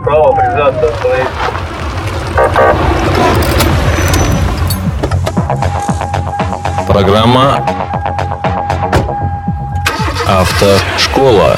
Право, прижаться, остановить. Программа «Автошкола».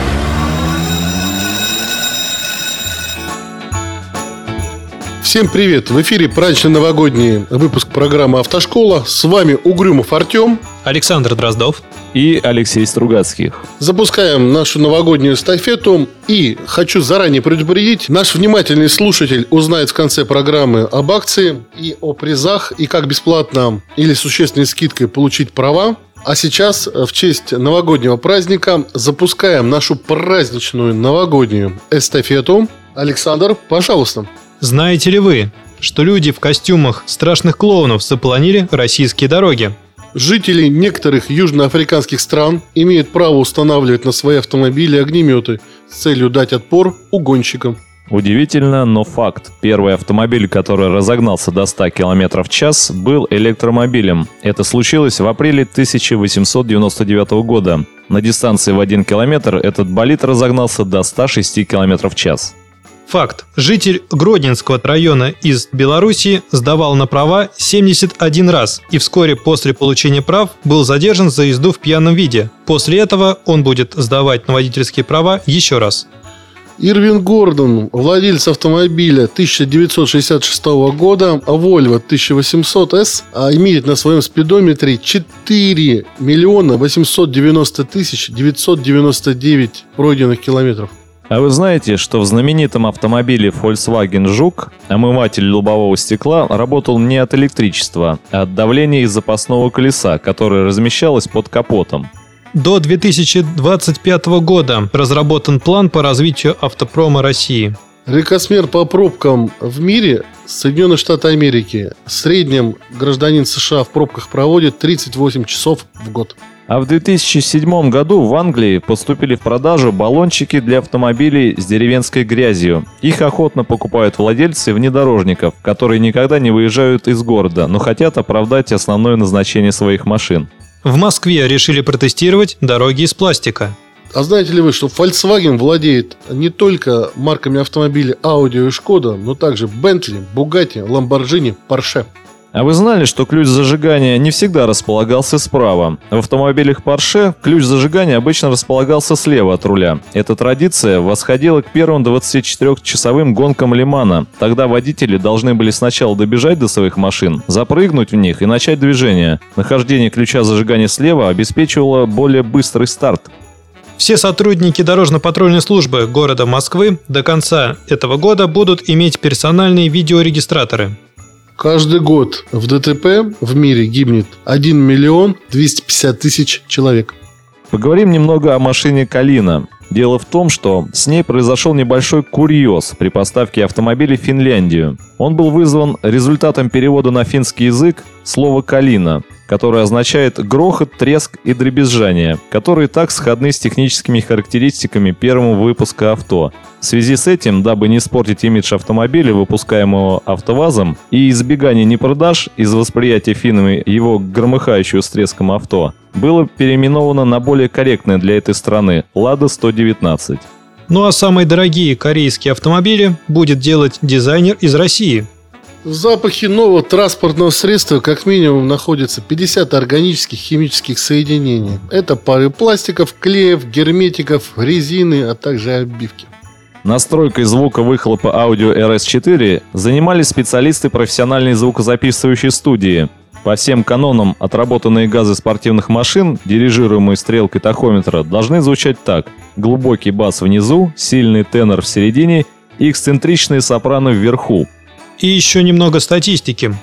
Всем привет! В эфире празднично-новогодний выпуск программы «Автошкола». С вами Угрюмов Артем, Александр Дроздов и Алексей Стругацких. Запускаем нашу новогоднюю эстафету. И хочу заранее предупредить, наш внимательный слушатель узнает в конце программы об акции и о призах, и как бесплатно или существенной скидкой получить права. А сейчас в честь новогоднего праздника запускаем нашу праздничную новогоднюю эстафету. Александр, пожалуйста. Знаете ли вы, что люди в костюмах страшных клоунов заполонили российские дороги? Жители некоторых южноафриканских стран имеют право устанавливать на свои автомобили огнеметы с целью дать отпор угонщикам. Удивительно, но факт. Первый автомобиль, который разогнался до 100 км в час, был электромобилем. Это случилось в апреле 1899 года. На дистанции в 1 километр этот болид разогнался до 106 км в час. Факт. Житель Гродненского района из Белоруссии сдавал на права 71 раз и вскоре после получения прав был задержан за езду в пьяном виде. После этого он будет сдавать на водительские права еще раз. Ирвин Гордон, владелец автомобиля 1966 года Volvo 1800S, имеет на своем спидометре 4 890 999 пройденных километров. А вы знаете, что в знаменитом автомобиле Volkswagen Жук омыватель лобового стекла работал не от электричества, а от давления из запасного колеса, которое размещалось под капотом? До 2025 года разработан план по развитию автопрома России. Рекордсмен по пробкам в мире – Соединенные Штаты Америки. В среднем гражданин США в пробках проводит 38 часов в год. А в 2007 году в Англии поступили в продажу баллончики для автомобилей с деревенской грязью. Их охотно покупают владельцы внедорожников, которые никогда не выезжают из города, но хотят оправдать основное назначение своих машин. В Москве решили протестировать дороги из пластика. А знаете ли вы, что Volkswagen владеет не только марками автомобилей Audi и Skoda, но также Bentley, Bugatti, Lamborghini, Porsche? А вы знали, что ключ зажигания не всегда располагался справа? В автомобилях Porsche ключ зажигания обычно располагался слева от руля. Эта традиция восходила к первым 24-часовым гонкам Ле-Мана. Тогда водители должны были сначала добежать до своих машин, запрыгнуть в них и начать движение. Нахождение ключа зажигания слева обеспечивало более быстрый старт. Все сотрудники дорожно-патрульной службы города Москвы до конца этого года будут иметь персональные видеорегистраторы. Каждый год в ДТП в мире гибнет 1 250 000 человек. Поговорим немного о машине Калина. Дело в том, что с ней произошел небольшой курьез при поставке автомобиля в Финляндию. Он был вызван результатом перевода на финский язык слова «калина», которое означает грохот, треск и дребезжание, которые так сходны с техническими характеристиками первого выпуска авто. В связи с этим, дабы не испортить имидж автомобиля, выпускаемого АвтоВАЗом, и избегание непродаж из восприятия финнами его громыхающего с треском авто, было переименовано на более корректное для этой страны «Лада 119». Ну а самые дорогие корейские автомобили будет делать дизайнер из России. В запахе нового транспортного средства как минимум находится 50 органических химических соединений. Это пары пластиков, клеев, герметиков, резины, а также обивки. Настройкой звука выхлопа Audio RS4 занимались специалисты профессиональной звукозаписывающей студии. По всем канонам отработанные газы спортивных машин, дирижируемые стрелкой тахометра, должны звучать так: глубокий бас внизу, сильный тенор в середине и эксцентричные сопрано вверху. И еще немного статистики.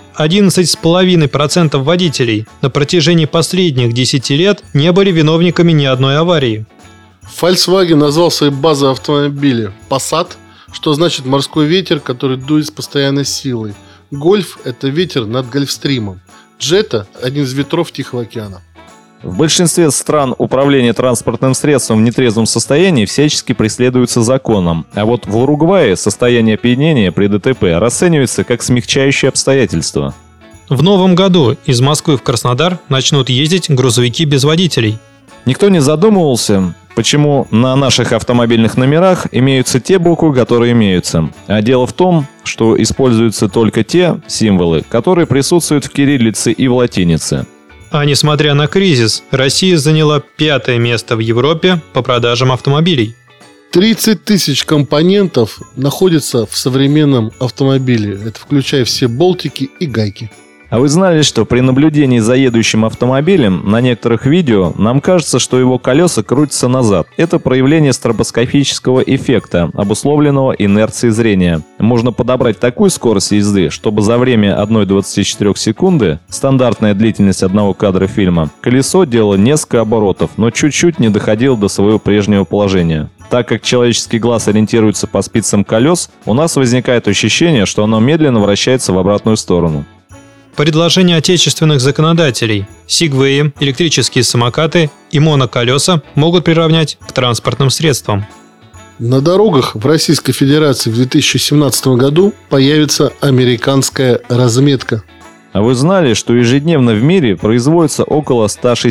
11,5% водителей на протяжении последних 10 лет не были виновниками ни одной аварии. Volkswagen назвал свои базовые автомобили Passat, что значит морской ветер, который дует с постоянной силой. Golf – это ветер над Гольфстримом. Jetta – один из ветров Тихого океана. В большинстве стран управление транспортным средством в нетрезвом состоянии всячески преследуется законом. А вот в Уругвае состояние опьянения при ДТП расценивается как смягчающее обстоятельство. В новом году из Москвы в Краснодар начнут ездить грузовики без водителей. Никто не задумывался, Почему на наших автомобильных номерах имеются те буквы, которые имеются? А дело в том, что используются только те символы, которые присутствуют в кириллице и в латинице. А несмотря на кризис, Россия заняла 5-е место в Европе по продажам автомобилей. 30 тысяч компонентов находятся в современном автомобиле. Это включая все болтики и гайки. А вы знали, что при наблюдении за едущим автомобилем на некоторых видео нам кажется, что его колеса крутятся назад? Это проявление стробоскопического эффекта, обусловленного инерцией зрения. Можно подобрать такую скорость езды, чтобы за время 1,24 секунды, стандартная длительность одного кадра фильма, колесо делало несколько оборотов, но чуть-чуть не доходило до своего прежнего положения. Так как человеческий глаз ориентируется по спицам колес, у нас возникает ощущение, что оно медленно вращается в обратную сторону. Предложения отечественных законодателей – сигвеи, электрические самокаты и моноколеса могут приравнять к транспортным средствам. На дорогах в Российской Федерации в 2017 году появится американская разметка. А вы знали, что ежедневно в мире производится около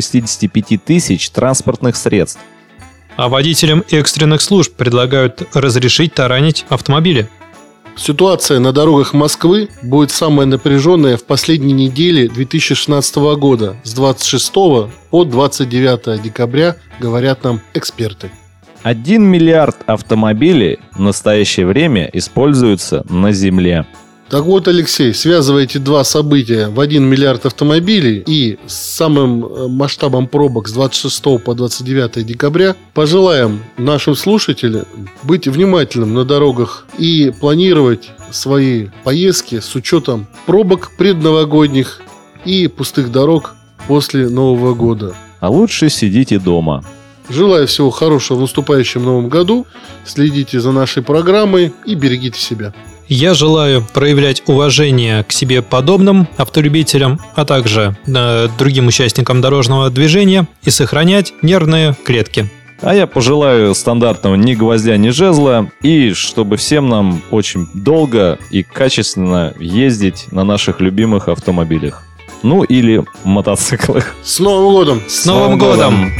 165 тысяч транспортных средств? А водителям экстренных служб предлагают разрешить таранить автомобили. Ситуация на дорогах Москвы будет самая напряженная в последней неделе 2016 года с 26 по 29 декабря, говорят нам эксперты. 1 миллиард автомобилей в настоящее время используются на Земле. Так вот, Алексей, связывая эти два события в 1 миллиард автомобилей и с самым масштабом пробок с 26 по 29 декабря, пожелаем нашим слушателям быть внимательным на дорогах и планировать свои поездки с учетом пробок предновогодних и пустых дорог после Нового года. А лучше сидите дома. Желаю всего хорошего в наступающем Новом году. Следите за нашей программой и берегите себя. Я желаю проявлять уважение к себе подобным автолюбителям, а также другим участникам дорожного движения и сохранять нервные клетки. А я пожелаю стандартного ни гвоздя, ни жезла, и чтобы всем нам очень долго и качественно ездить на наших любимых автомобилях. Ну или мотоциклах. С Новым годом! С Новым годом!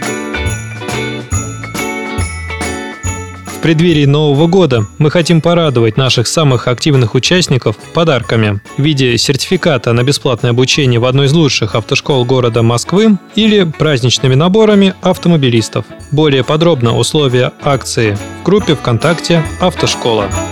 В преддверии Нового года мы хотим порадовать наших самых активных участников подарками в виде сертификата на бесплатное обучение в одной из лучших автошкол города Москвы или праздничными наборами автомобилистов. Более подробно условия акции в группе ВКонтакте «Автошкола».